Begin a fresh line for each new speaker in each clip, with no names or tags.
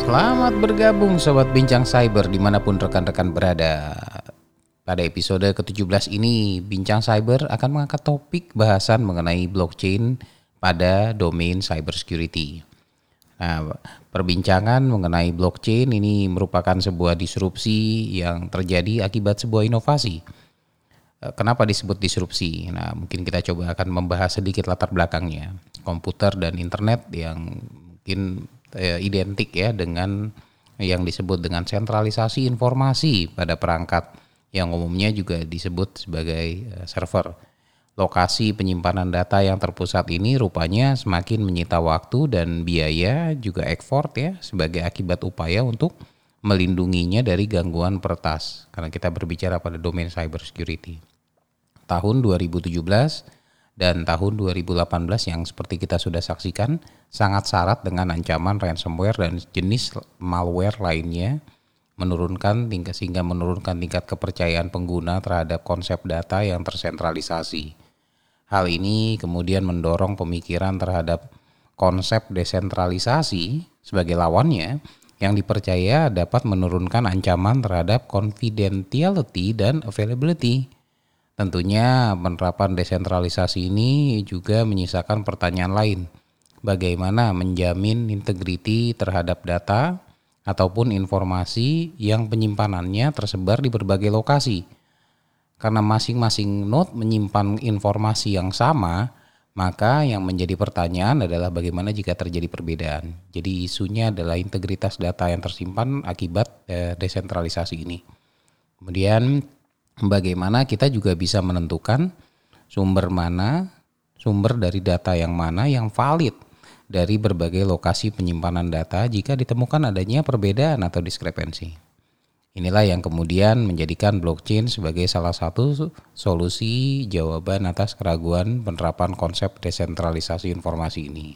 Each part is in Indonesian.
Selamat bergabung Sobat Bincang Cyber dimanapun rekan-rekan berada. Pada episode ke-17 ini, Bincang Cyber akan mengangkat topik bahasan mengenai blockchain pada domain cybersecurity. Nah, perbincangan mengenai blockchain ini merupakan sebuah disrupsi yang terjadi akibat sebuah inovasi. Kenapa disebut disrupsi? Nah, mungkin kita coba akan membahas sedikit latar belakangnya. Komputer dan internet yang mungkin identik ya dengan yang disebut dengan sentralisasi informasi pada perangkat yang umumnya juga disebut sebagai server. Lokasi penyimpanan data yang terpusat ini rupanya semakin menyita waktu dan biaya juga effort ya sebagai akibat upaya untuk melindunginya dari gangguan peretas. Karena kita berbicara pada domain cybersecurity. Tahun 2017 dan tahun 2018 yang seperti kita sudah saksikan sangat syarat dengan ancaman ransomware dan jenis malware lainnya sehingga menurunkan tingkat kepercayaan pengguna terhadap konsep data yang tersentralisasi. Hal ini kemudian mendorong pemikiran terhadap konsep desentralisasi sebagai lawannya yang dipercaya dapat menurunkan ancaman terhadap confidentiality dan availability. Tentunya penerapan desentralisasi ini juga menyisakan pertanyaan lain. Bagaimana menjamin integriti terhadap data ataupun informasi yang penyimpanannya tersebar di berbagai lokasi. Karena masing-masing node menyimpan informasi yang sama, maka yang menjadi pertanyaan adalah bagaimana jika terjadi perbedaan. Jadi isunya adalah integritas data yang tersimpan akibat desentralisasi ini. Kemudian bagaimana kita juga bisa menentukan sumber dari data yang mana yang valid dari berbagai lokasi penyimpanan data jika ditemukan adanya perbedaan atau diskrepensi. Inilah yang kemudian menjadikan blockchain sebagai salah satu solusi jawaban atas keraguan penerapan konsep desentralisasi informasi ini.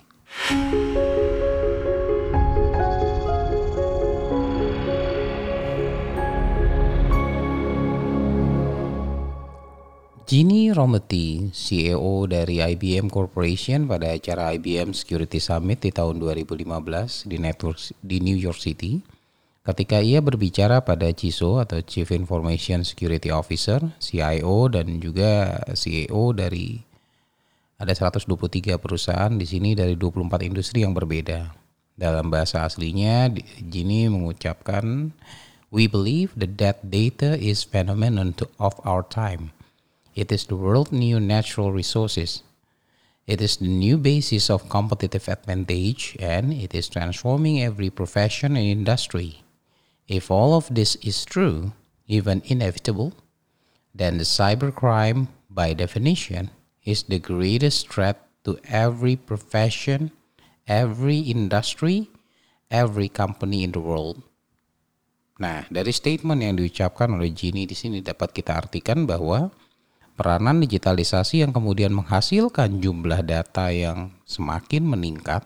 Ginny Rometty, CEO dari IBM Corporation pada acara IBM Security Summit di tahun 2015 di New York City, ketika ia berbicara pada CISO atau Chief Information Security Officer, CIO dan juga CEO dari ada 123 perusahaan di sini dari 24 industri yang berbeda. Dalam bahasa aslinya, Ginny mengucapkan, "We believe that data is phenomenon of our time. It is the world's new natural resources. It is the new basis of competitive advantage and it is transforming every profession and industry. If all of this is true, even inevitable, then the cybercrime, by definition, is the greatest threat to every profession, every industry, every company in the world." Nah, dari statement yang diucapkan oleh Ginny di sini dapat kita artikan bahwa peranan digitalisasi yang kemudian menghasilkan jumlah data yang semakin meningkat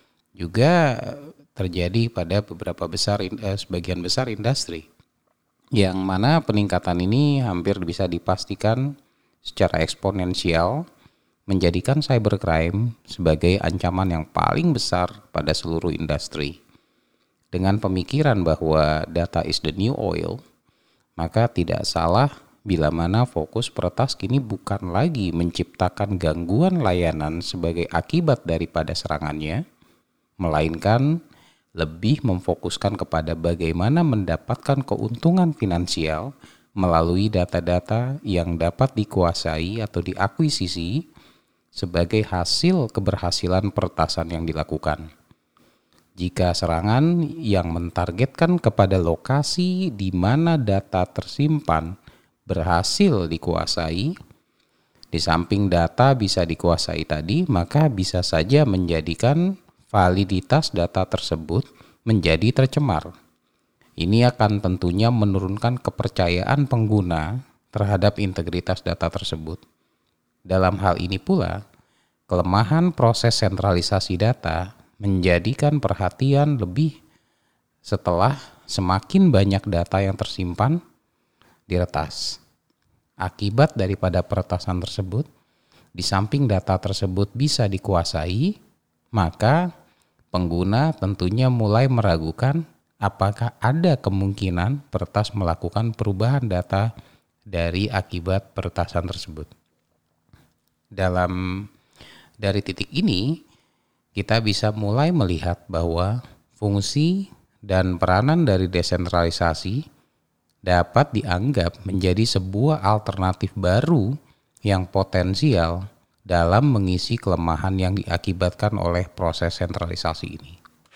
juga terjadi pada sebagian besar industri, yang mana peningkatan ini hampir bisa dipastikan secara eksponensial menjadikan cybercrime sebagai ancaman yang paling besar pada seluruh industri. Dengan pemikiran bahwa data is the new oil, maka tidak salah bila mana fokus peretas kini bukan lagi menciptakan gangguan layanan sebagai akibat daripada serangannya, melainkan lebih memfokuskan kepada bagaimana mendapatkan keuntungan finansial melalui data-data yang dapat dikuasai atau diakuisisi sebagai hasil keberhasilan peretasan yang dilakukan. Jika serangan yang mentargetkan kepada lokasi di mana data tersimpan berhasil dikuasai, di samping data bisa dikuasai tadi, maka bisa saja menjadikan validitas data tersebut menjadi tercemar. Ini akan tentunya menurunkan kepercayaan pengguna terhadap integritas data tersebut. Dalam hal ini pula, kelemahan proses sentralisasi data menjadikan perhatian lebih setelah semakin banyak data yang tersimpan diretas. Akibat daripada peretasan tersebut, di samping data tersebut bisa dikuasai, maka pengguna tentunya mulai meragukan apakah ada kemungkinan peretas melakukan perubahan data dari akibat peretasan tersebut. Dari titik ini, kita bisa mulai melihat bahwa fungsi dan peranan dari desentralisasi dapat dianggap menjadi sebuah alternatif baru yang potensial dalam mengisi kelemahan yang diakibatkan oleh proses sentralisasi ini.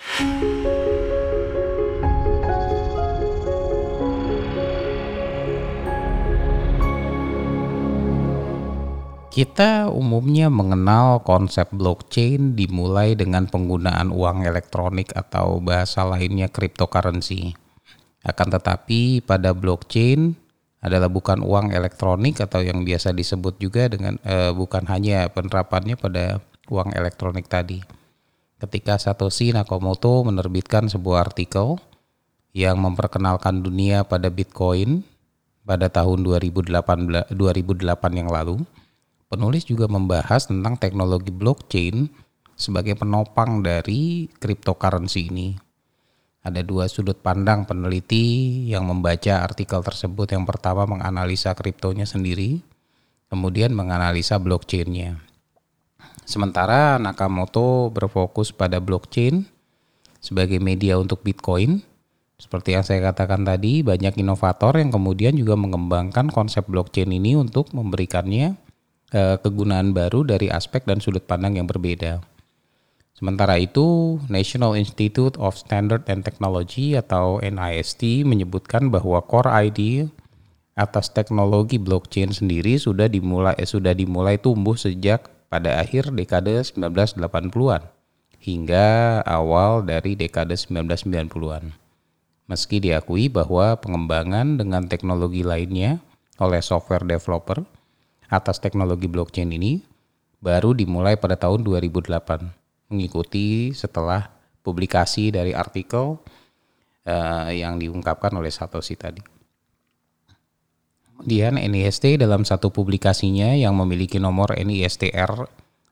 Kita umumnya mengenal konsep blockchain dimulai dengan penggunaan uang elektronik atau bahasa lainnya cryptocurrency. Akan tetapi pada blockchain adalah bukan uang elektronik atau yang biasa disebut juga dengan bukan hanya penerapannya pada uang elektronik tadi. Ketika Satoshi Nakamoto menerbitkan sebuah artikel yang memperkenalkan dunia pada Bitcoin pada tahun 2008 yang lalu, penulis juga membahas tentang teknologi blockchain sebagai penopang dari cryptocurrency ini. Ada dua sudut pandang peneliti yang membaca artikel tersebut. Yang pertama menganalisa kriptonya sendiri, kemudian menganalisa blockchain-nya. Sementara Nakamoto berfokus pada blockchain sebagai media untuk Bitcoin. Seperti yang saya katakan tadi, banyak inovator yang kemudian juga mengembangkan konsep blockchain ini untuk memberikannya kegunaan baru dari aspek dan sudut pandang yang berbeda. Sementara itu, National Institute of Standard and Technology atau NIST menyebutkan bahwa core idea atas teknologi blockchain sendiri sudah dimulai tumbuh sejak pada akhir dekade 1980-an hingga awal dari dekade 1990-an. Meski diakui bahwa pengembangan dengan teknologi lainnya oleh software developer atas teknologi blockchain ini baru dimulai pada tahun 2008, mengikuti setelah publikasi dari artikel yang diungkapkan oleh Satoshi tadi. Kemudian NIST dalam satu publikasinya yang memiliki nomor NIST-R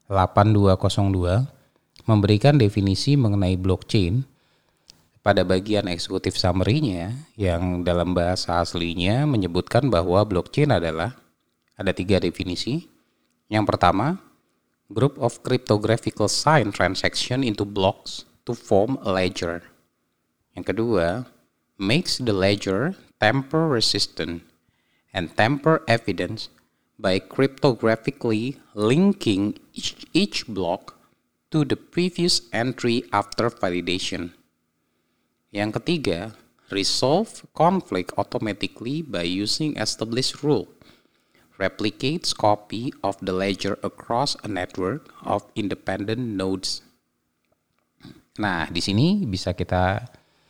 8202 memberikan definisi mengenai blockchain. Pada bagian eksekutif summary-nya yang dalam bahasa aslinya menyebutkan bahwa blockchain adalah ada 3 definisi. Yang pertama, group of cryptographical sign transaction into blocks to form a ledger. Yang kedua, makes the ledger tamper resistant and tamper evidence by cryptographically linking each block to the previous entry after validation. Yang ketiga, resolve conflict automatically by using established rule. Replicates copy of the ledger across a network of independent nodes. Nah, di sini bisa kita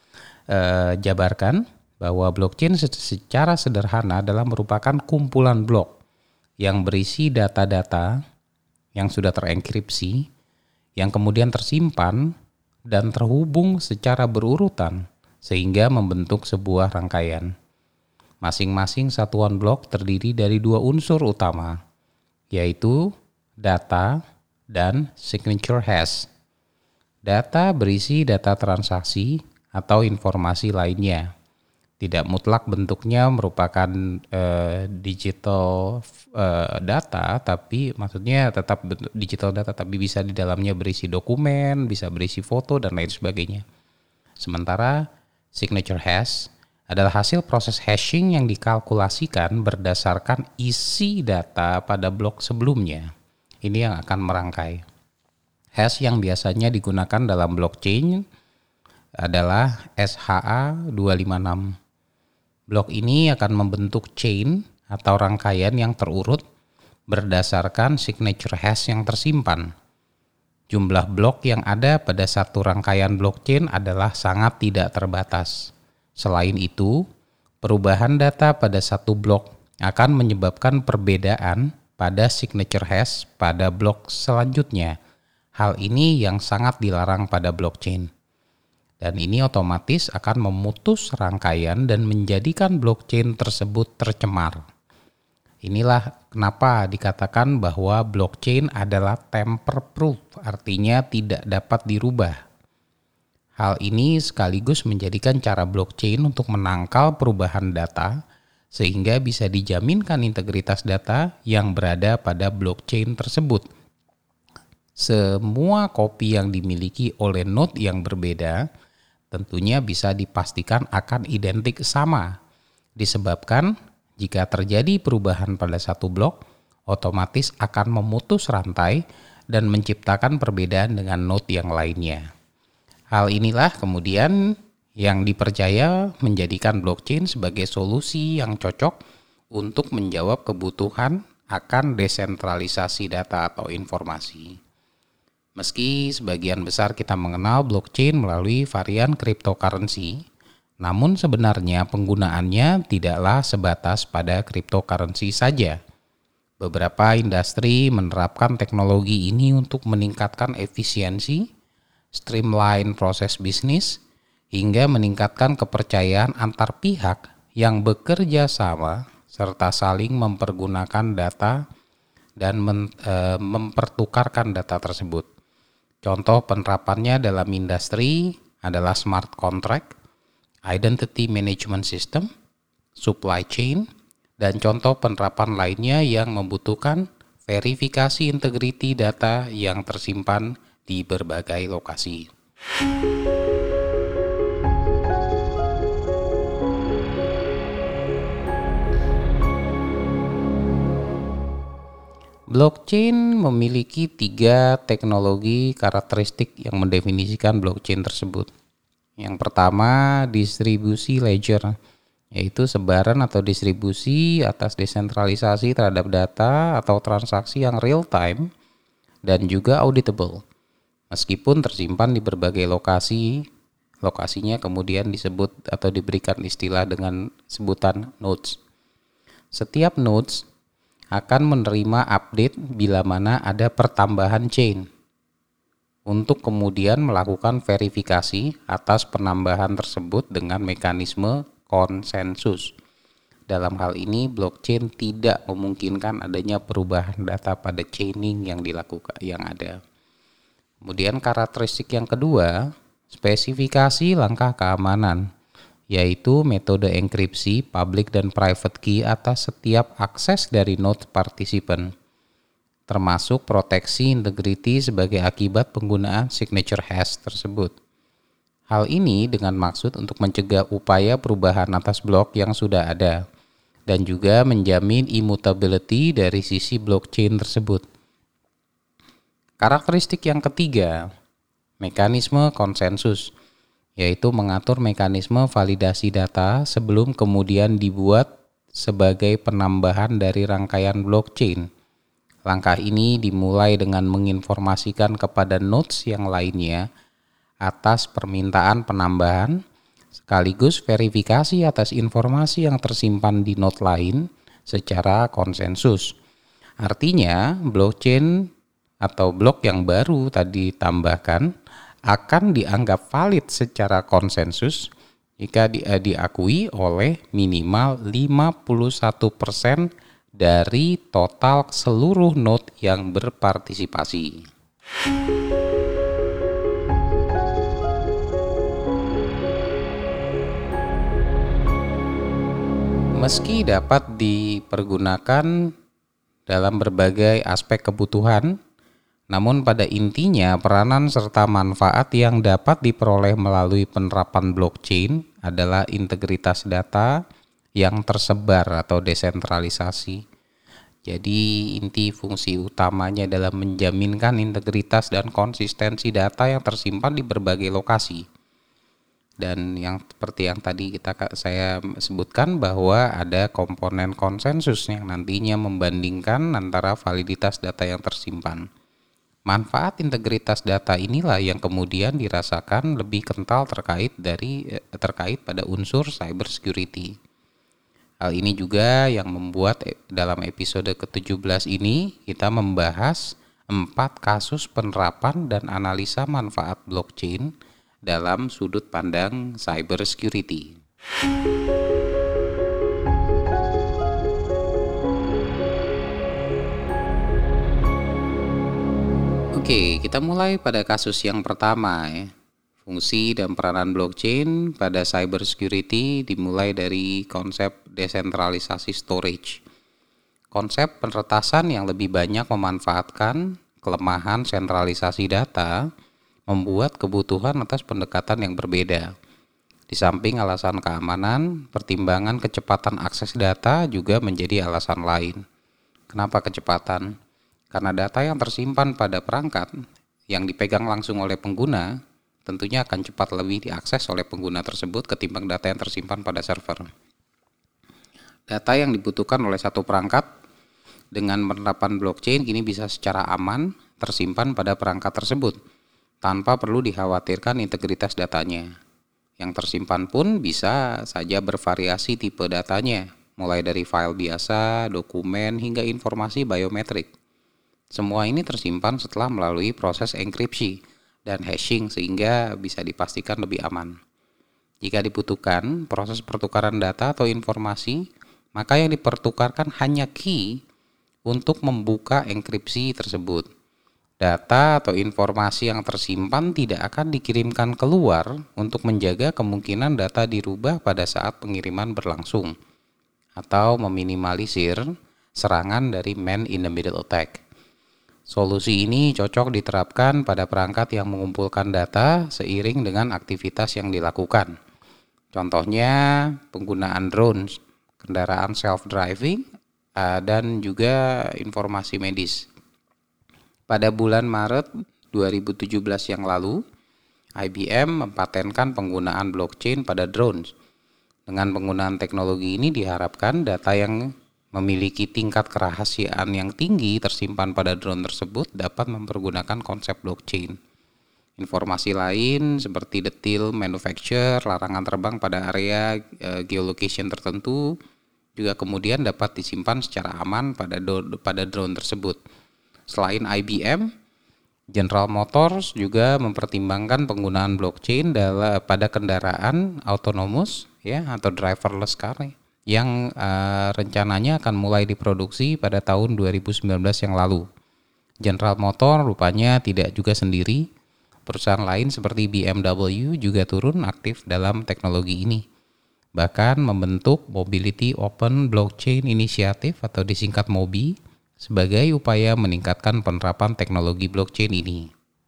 jabarkan bahwa blockchain secara sederhana adalah merupakan kumpulan blok yang berisi data-data yang sudah terenkripsi, yang kemudian tersimpan dan terhubung secara berurutan sehingga membentuk sebuah rangkaian. Masing-masing satuan blok terdiri dari 2 unsur utama, yaitu data dan signature hash. Data berisi data transaksi atau informasi lainnya. Tidak mutlak bentuknya merupakan digital data, tapi maksudnya tetap bentuk digital data, tapi bisa di dalamnya berisi dokumen, bisa berisi foto, dan lain sebagainya. Sementara signature hash adalah hasil proses hashing yang dikalkulasikan berdasarkan isi data pada blok sebelumnya. Ini yang akan merangkai. Hash yang biasanya digunakan dalam blockchain adalah SHA-256. Blok ini akan membentuk chain atau rangkaian yang terurut berdasarkan signature hash yang tersimpan. Jumlah blok yang ada pada satu rangkaian blockchain adalah sangat tidak terbatas. Selain itu, perubahan data pada satu blok akan menyebabkan perbedaan pada signature hash pada blok selanjutnya. Hal ini yang sangat dilarang pada blockchain. Dan ini otomatis akan memutus rangkaian dan menjadikan blockchain tersebut tercemar. Inilah kenapa dikatakan bahwa blockchain adalah tamper proof, artinya tidak dapat dirubah. Hal ini sekaligus menjadikan cara blockchain untuk menangkal perubahan data sehingga bisa dijaminkan integritas data yang berada pada blockchain tersebut. Semua kopi yang dimiliki oleh node yang berbeda tentunya bisa dipastikan akan identik sama. Disebabkan jika terjadi perubahan pada satu blok, otomatis akan memutus rantai dan menciptakan perbedaan dengan node yang lainnya. Hal inilah kemudian yang dipercaya menjadikan blockchain sebagai solusi yang cocok untuk menjawab kebutuhan akan desentralisasi data atau informasi. Meski sebagian besar kita mengenal blockchain melalui varian cryptocurrency, namun sebenarnya penggunaannya tidaklah sebatas pada cryptocurrency saja. Beberapa industri menerapkan teknologi ini untuk meningkatkan efisiensi, streamline proses bisnis, hingga meningkatkan kepercayaan antar pihak yang bekerja sama serta saling mempergunakan data dan mempertukarkan data tersebut. Contoh penerapannya dalam industri adalah smart contract, identity management system, supply chain, dan contoh penerapan lainnya yang membutuhkan verifikasi integriti data yang tersimpan di berbagai lokasi. Blockchain memiliki 3 teknologi karakteristik yang mendefinisikan blockchain tersebut. Yang pertama, distribusi ledger, yaitu sebaran atau distribusi atas desentralisasi terhadap data atau transaksi yang real time dan juga auditable. Meskipun tersimpan di berbagai lokasi, lokasinya kemudian disebut atau diberikan istilah dengan sebutan nodes. Setiap nodes akan menerima update bila mana ada pertambahan chain untuk kemudian melakukan verifikasi atas penambahan tersebut dengan mekanisme konsensus. Dalam hal ini blockchain tidak memungkinkan adanya perubahan data pada chaining yang dilakukan yang ada. Kemudian karakteristik yang kedua, spesifikasi langkah keamanan, yaitu metode enkripsi public dan private key atas setiap akses dari node participant, termasuk proteksi integriti sebagai akibat penggunaan signature hash tersebut. Hal ini dengan maksud untuk mencegah upaya perubahan atas blok yang sudah ada, dan juga menjamin immutability dari sisi blockchain tersebut. Karakteristik yang ketiga, mekanisme konsensus, yaitu mengatur mekanisme validasi data sebelum kemudian dibuat sebagai penambahan dari rangkaian blockchain. Langkah ini dimulai dengan menginformasikan kepada nodes yang lainnya atas permintaan penambahan, sekaligus verifikasi atas informasi yang tersimpan di node lain secara konsensus. Artinya, blockchain atau blok yang baru tadi ditambahkan akan dianggap valid secara konsensus jika diakui oleh minimal 51% dari total seluruh node yang berpartisipasi. Meski dapat dipergunakan dalam berbagai aspek kebutuhan, namun pada intinya peranan serta manfaat yang dapat diperoleh melalui penerapan blockchain adalah integritas data yang tersebar atau desentralisasi. Jadi inti fungsi utamanya adalah menjaminkan integritas dan konsistensi data yang tersimpan di berbagai lokasi. Dan yang seperti yang tadi saya sebutkan bahwa ada komponen konsensus yang nantinya membandingkan antara validitas data yang tersimpan. Manfaat integritas data inilah yang kemudian dirasakan lebih kental terkait pada unsur cybersecurity. Hal ini juga yang membuat dalam episode ke-17 ini kita membahas 4 kasus penerapan dan analisa manfaat blockchain dalam sudut pandang cybersecurity. Oke, kita mulai pada kasus yang pertama ya. Fungsi dan peranan blockchain pada cybersecurity dimulai dari konsep desentralisasi storage. Konsep penretasan yang lebih banyak memanfaatkan kelemahan sentralisasi data membuat kebutuhan atas pendekatan yang berbeda. Di samping alasan keamanan, pertimbangan kecepatan akses data juga menjadi alasan lain. Kenapa kecepatan? Karena data yang tersimpan pada perangkat yang dipegang langsung oleh pengguna tentunya akan cepat lebih diakses oleh pengguna tersebut ketimbang data yang tersimpan pada server. Data yang dibutuhkan oleh satu perangkat dengan penerapan blockchain kini bisa secara aman tersimpan pada perangkat tersebut tanpa perlu dikhawatirkan integritas datanya. Yang tersimpan pun bisa saja bervariasi tipe datanya, mulai dari file biasa, dokumen, hingga informasi biometrik. Semua ini tersimpan setelah melalui proses enkripsi dan hashing sehingga bisa dipastikan lebih aman. Jika dibutuhkan proses pertukaran data atau informasi, maka yang dipertukarkan hanya key untuk membuka enkripsi tersebut. Data atau informasi yang tersimpan tidak akan dikirimkan keluar untuk menjaga kemungkinan data dirubah pada saat pengiriman berlangsung atau meminimalisir serangan dari man-in-the-middle attack. Solusi ini cocok diterapkan pada perangkat yang mengumpulkan data seiring dengan aktivitas yang dilakukan. Contohnya penggunaan drones, kendaraan self-driving, dan juga informasi medis. Pada bulan Maret 2017 yang lalu, IBM mempatenkan penggunaan blockchain pada drones. Dengan penggunaan teknologi ini diharapkan data yang memiliki tingkat kerahasiaan yang tinggi tersimpan pada drone tersebut dapat mempergunakan konsep blockchain. Informasi lain seperti detail manufacture, larangan terbang pada area geolocation tertentu juga kemudian dapat disimpan secara aman pada drone tersebut. Selain IBM, General Motors juga mempertimbangkan penggunaan blockchain pada kendaraan autonomous atau driverless car yang rencananya akan mulai diproduksi pada tahun 2019 yang lalu. General Motors rupanya tidak juga sendiri. Perusahaan lain seperti BMW juga turun aktif dalam teknologi ini. Bahkan membentuk Mobility Open Blockchain Initiative atau disingkat MOBI sebagai upaya meningkatkan penerapan teknologi blockchain ini.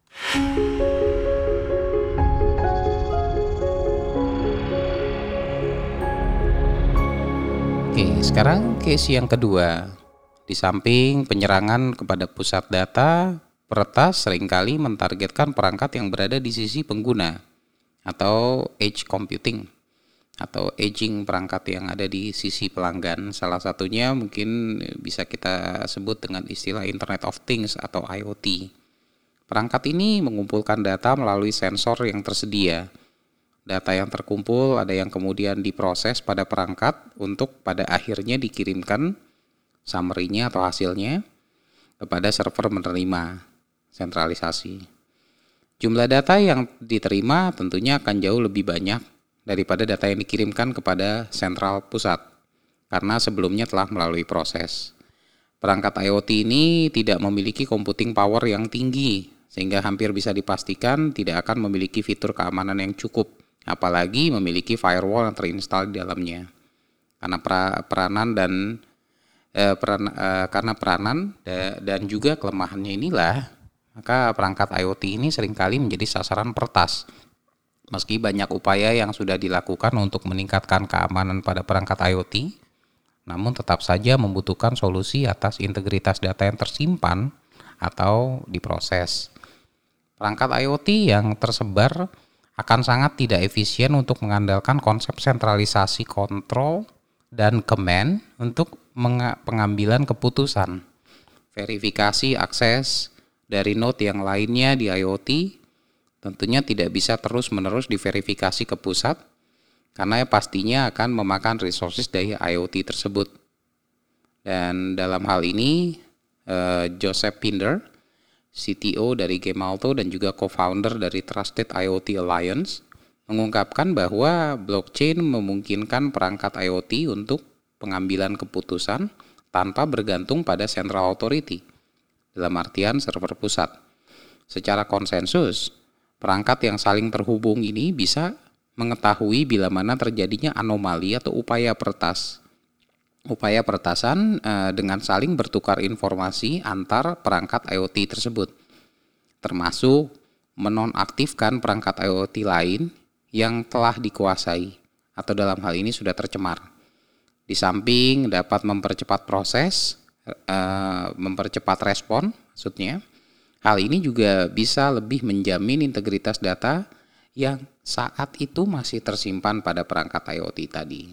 Oke, sekarang case yang kedua. Di samping penyerangan kepada pusat data, peretas seringkali mentargetkan perangkat yang berada di sisi pengguna atau edge computing atau edging perangkat yang ada di sisi pelanggan. Salah satunya mungkin bisa kita sebut dengan istilah Internet of Things atau IoT. Perangkat ini mengumpulkan data melalui sensor yang tersedia. Data yang terkumpul ada yang kemudian diproses pada perangkat untuk pada akhirnya dikirimkan summary-nya atau hasilnya kepada server menerima sentralisasi. Jumlah data yang diterima tentunya akan jauh lebih banyak daripada data yang dikirimkan kepada sentral pusat karena sebelumnya telah melalui proses. Perangkat IoT ini tidak memiliki computing power yang tinggi sehingga hampir bisa dipastikan tidak akan memiliki fitur keamanan yang cukup. Apalagi memiliki firewall yang terinstall di dalamnya. Karena peranan dan juga kelemahannya inilah, maka perangkat IoT ini seringkali menjadi sasaran peretas. Meski banyak upaya yang sudah dilakukan untuk meningkatkan keamanan pada perangkat IoT, namun tetap saja membutuhkan solusi atas integritas data yang tersimpan atau diproses. Perangkat IoT yang tersebar akan sangat tidak efisien untuk mengandalkan konsep sentralisasi kontrol dan command untuk pengambilan keputusan. Verifikasi akses dari node yang lainnya di IoT tentunya tidak bisa terus-menerus diverifikasi ke pusat karena pastinya akan memakan resources dari IoT tersebut. Dan dalam hal ini Joseph Pinder, CTO dari Gemalto dan juga co-founder dari Trusted IoT Alliance, mengungkapkan bahwa blockchain memungkinkan perangkat IoT untuk pengambilan keputusan tanpa bergantung pada central authority, dalam artian server pusat. Secara konsensus, Perangkat yang saling terhubung ini bisa mengetahui bila mana terjadinya anomali atau upaya peretasan dengan saling bertukar informasi antar perangkat IoT tersebut, termasuk menonaktifkan perangkat IoT lain yang telah dikuasai atau dalam hal ini sudah tercemar. Di samping dapat mempercepat proses, mempercepat respon maksudnya, hal ini juga bisa lebih menjamin integritas data yang saat itu masih tersimpan pada perangkat IoT tadi.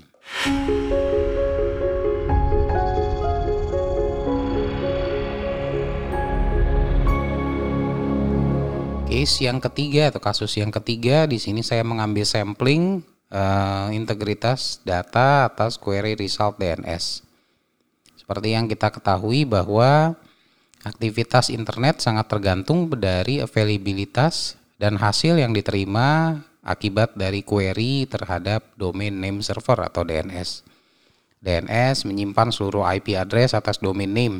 Kasus yang ketiga di sini saya mengambil sampling integritas data atas query result DNS. Seperti yang kita ketahui bahwa aktivitas internet sangat tergantung dari availabilitas dan hasil yang diterima akibat dari query terhadap domain name server atau DNS. DNS menyimpan seluruh IP address atas domain name.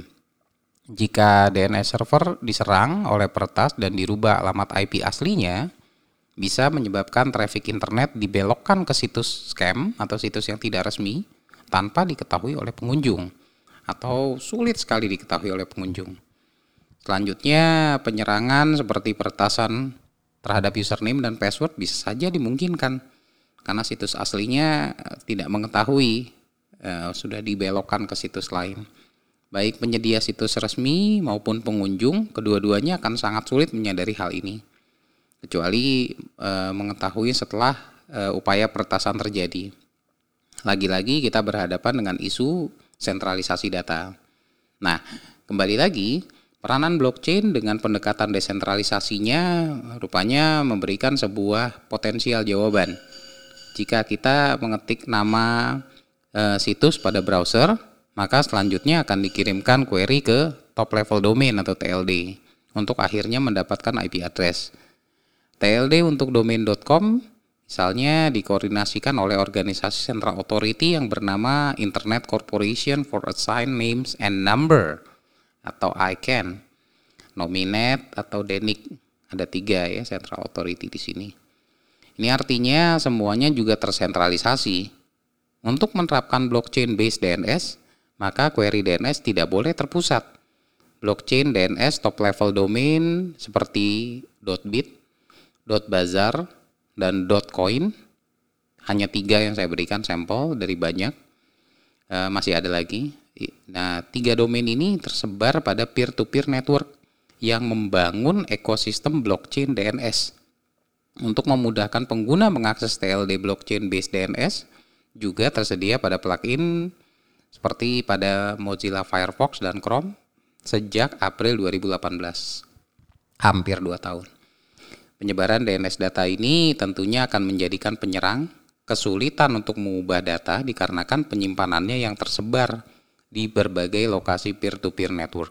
Jika DNS server diserang oleh peretas dan dirubah alamat IP aslinya, bisa menyebabkan traffic internet dibelokkan ke situs scam atau situs yang tidak resmi tanpa diketahui oleh pengunjung atau sulit sekali diketahui oleh pengunjung. Selanjutnya, penyerangan seperti peretasan terhadap username dan password bisa saja dimungkinkan karena situs aslinya tidak mengetahui sudah dibelokkan ke situs lain. Baik penyedia situs resmi maupun pengunjung, kedua-duanya akan sangat sulit menyadari hal ini, kecuali mengetahui setelah upaya peretasan terjadi. Lagi-lagi kita berhadapan dengan isu sentralisasi data. Nah, kembali lagi, peranan blockchain dengan pendekatan desentralisasinya rupanya memberikan sebuah potensial jawaban. Jika kita mengetik nama situs pada browser, maka selanjutnya akan dikirimkan query ke top level domain atau TLD untuk akhirnya mendapatkan IP address. TLD untuk domain.com misalnya dikoordinasikan oleh organisasi Central Authority yang bernama Internet Corporation for Assigned Names and Number atau ICANN, Nominet atau DENIC. Ada 3 ya Central Authority di sini. Ini artinya semuanya juga tersentralisasi. Untuk menerapkan blockchain based DNS, maka query DNS tidak boleh terpusat. Blockchain DNS top level domain seperti .bit, .bazaar, dan .coin, hanya 3 yang saya berikan sampel dari banyak, masih ada lagi. Nah, 3 domain ini tersebar pada peer-to-peer network yang membangun ekosistem blockchain DNS. Untuk memudahkan pengguna mengakses TLD blockchain based DNS, juga tersedia pada plugin seperti pada Mozilla Firefox dan Chrome sejak April 2018, hampir 2 tahun. Penyebaran DNS data ini tentunya akan menjadikan penyerang kesulitan untuk mengubah data dikarenakan penyimpanannya yang tersebar di berbagai lokasi peer-to-peer network.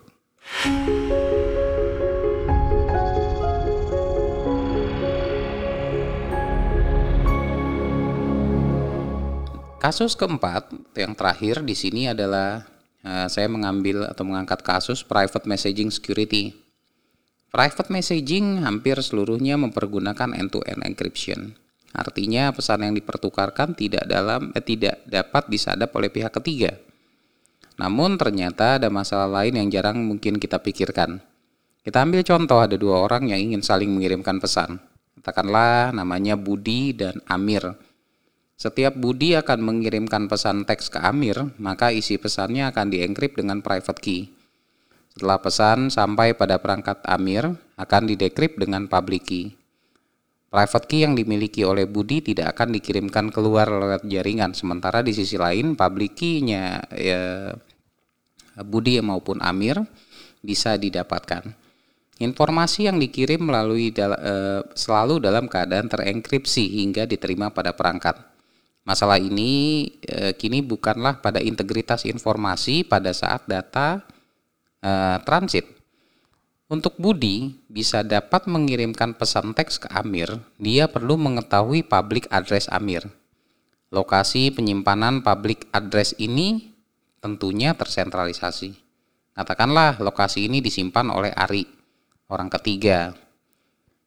Kasus keempat yang terakhir di sini adalah saya mengambil atau mengangkat kasus private messaging security. Private messaging hampir seluruhnya mempergunakan end-to-end encryption. Artinya pesan yang dipertukarkan tidak dapat disadap oleh pihak ketiga. Namun ternyata ada masalah lain yang jarang mungkin kita pikirkan. Kita ambil contoh, ada 2 orang yang ingin saling mengirimkan pesan. Katakanlah namanya Budi dan Amir. Setiap Budi akan mengirimkan pesan teks ke Amir, maka isi pesannya akan dienkrip dengan private key. Setelah pesan sampai pada perangkat Amir, akan didekrip dengan public key. Private key yang dimiliki oleh Budi tidak akan dikirimkan keluar lewat jaringan, sementara di sisi lain public key-nya Budi maupun Amir bisa didapatkan. Informasi yang dikirim selalu dalam keadaan terenkripsi hingga diterima pada perangkat. Masalah ini kini bukanlah pada integritas informasi pada saat data transit. Untuk Budi bisa dapat mengirimkan pesan teks ke Amir, dia perlu mengetahui public address Amir. Lokasi penyimpanan public address ini tentunya tersentralisasi. Katakanlah lokasi ini disimpan oleh Ari, orang ketiga.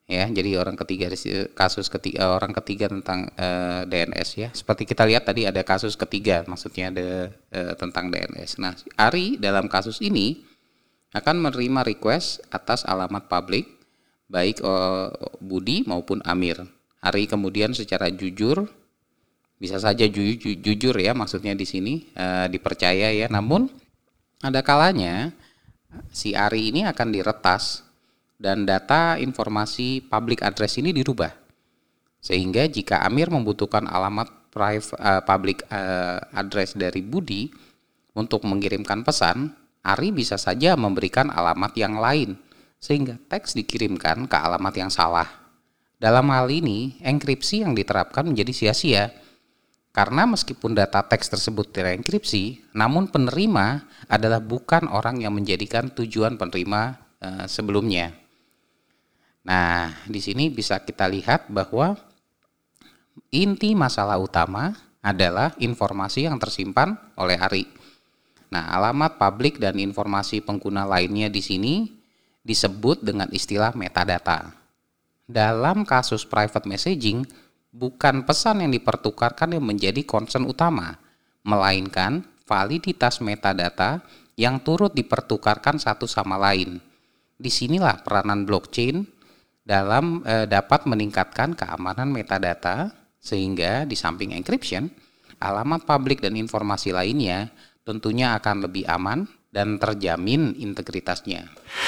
ya. Jadi orang ketiga tentang DNS ya. Seperti kita lihat tadi ada kasus ketiga, maksudnya ada tentang DNS. Nah, Ari dalam kasus ini akan menerima request atas alamat publik baik Budi maupun Amir. Ari kemudian secara jujur, bisa saja jujur ya, maksudnya di sini dipercaya ya. Namun ada kalanya si Ari ini akan diretas dan data informasi public address ini dirubah. Sehingga jika Amir membutuhkan alamat public address dari Budi untuk mengirimkan pesan, Ari bisa saja memberikan alamat yang lain, sehingga teks dikirimkan ke alamat yang salah. Dalam hal ini, enkripsi yang diterapkan menjadi sia-sia, karena meskipun data teks tersebut terenkripsi, namun penerima adalah bukan orang yang menjadikan tujuan penerima sebelumnya. Nah, di sini bisa kita lihat bahwa inti masalah utama adalah informasi yang tersimpan oleh Ari. Nah, alamat publik dan informasi pengguna lainnya di sini disebut dengan istilah metadata. Dalam kasus private messaging, bukan pesan yang dipertukarkan yang menjadi concern utama, melainkan validitas metadata yang turut dipertukarkan satu sama lain. Disinilah peranan blockchain dalam dapat meningkatkan keamanan metadata, sehingga di samping encryption, alamat publik dan informasi lainnya tentunya akan lebih aman dan terjamin integritasnya.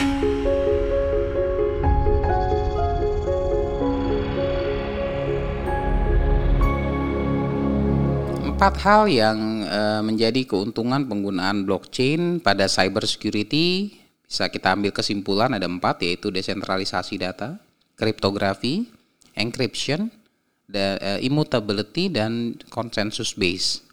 Empat hal yang menjadi keuntungan penggunaan blockchain pada cyber security bisa kita ambil kesimpulan ada 4, yaitu desentralisasi data, kriptografi, encryption, immutability, dan consensus base.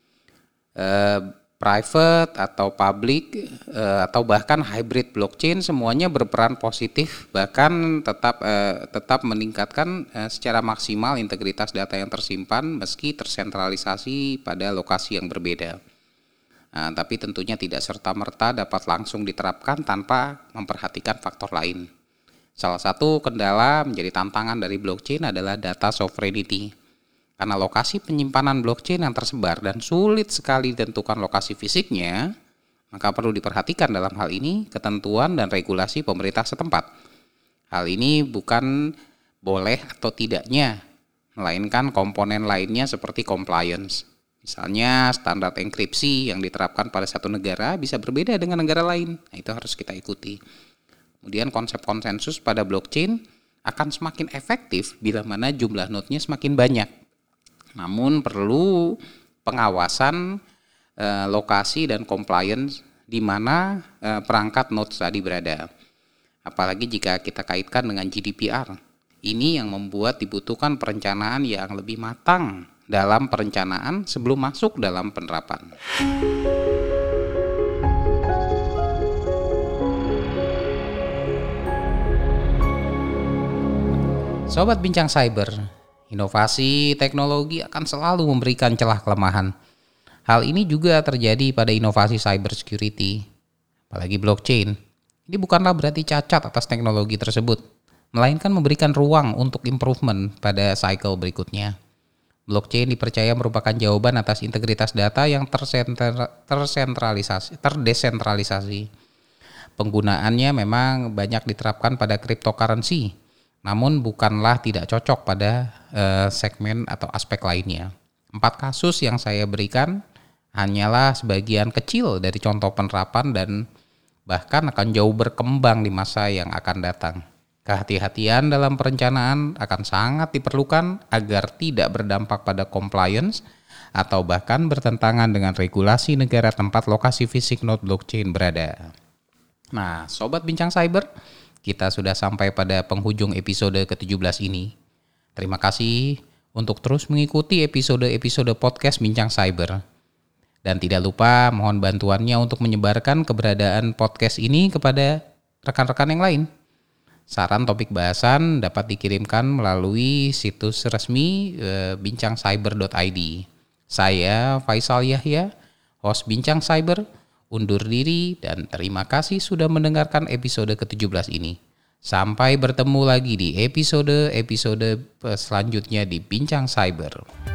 Private atau public atau bahkan hybrid blockchain semuanya berperan positif, bahkan tetap meningkatkan secara maksimal integritas data yang tersimpan meski tersentralisasi pada lokasi yang berbeda. Tapi tentunya tidak serta-merta dapat langsung diterapkan tanpa memperhatikan faktor lain. Salah satu kendala menjadi tantangan dari blockchain adalah data sovereignty. Karena lokasi penyimpanan blockchain yang tersebar dan sulit sekali ditentukan lokasi fisiknya, maka perlu diperhatikan dalam hal ini ketentuan dan regulasi pemerintah setempat. Hal ini bukan boleh atau tidaknya, melainkan komponen lainnya seperti compliance. Misalnya standar enkripsi yang diterapkan pada satu negara bisa berbeda dengan negara lain. Nah, itu harus kita ikuti. Kemudian konsep konsensus pada blockchain akan semakin efektif bila mana jumlah node-nya semakin banyak. Namun perlu pengawasan lokasi dan compliance di mana perangkat node tadi berada. Apalagi jika kita kaitkan dengan GDPR. Ini yang membuat dibutuhkan perencanaan yang lebih matang dalam perencanaan sebelum masuk dalam penerapan. Sobat Bincang Cyber, inovasi teknologi akan selalu memberikan celah kelemahan. Hal ini juga terjadi pada inovasi cyber security, apalagi blockchain. Ini bukanlah berarti cacat atas teknologi tersebut, melainkan memberikan ruang untuk improvement pada cycle berikutnya. Blockchain dipercaya merupakan jawaban atas integritas data yang terdesentralisasi. Penggunaannya memang banyak diterapkan pada cryptocurrency, namun bukanlah tidak cocok pada segmen atau aspek lainnya. 4 kasus yang saya berikan hanyalah sebagian kecil dari contoh penerapan dan bahkan akan jauh berkembang di masa yang akan datang. Kehati-hatian dalam perencanaan akan sangat diperlukan agar tidak berdampak pada compliance atau bahkan bertentangan dengan regulasi negara tempat lokasi fisik node blockchain berada. Nah, Sobat Bincang Cyber, kita sudah sampai pada penghujung episode ke-17 ini. Terima kasih untuk terus mengikuti episode-episode podcast Bincang Cyber. Dan tidak lupa mohon bantuannya untuk menyebarkan keberadaan podcast ini kepada rekan-rekan yang lain. Saran topik bahasan dapat dikirimkan melalui situs resmi bincangcyber.id. Saya Faisal Yahya, host Bincang Cyber, undur diri dan terima kasih sudah mendengarkan episode ke-17 ini. Sampai bertemu lagi di episode selanjutnya di Bincang Cyber.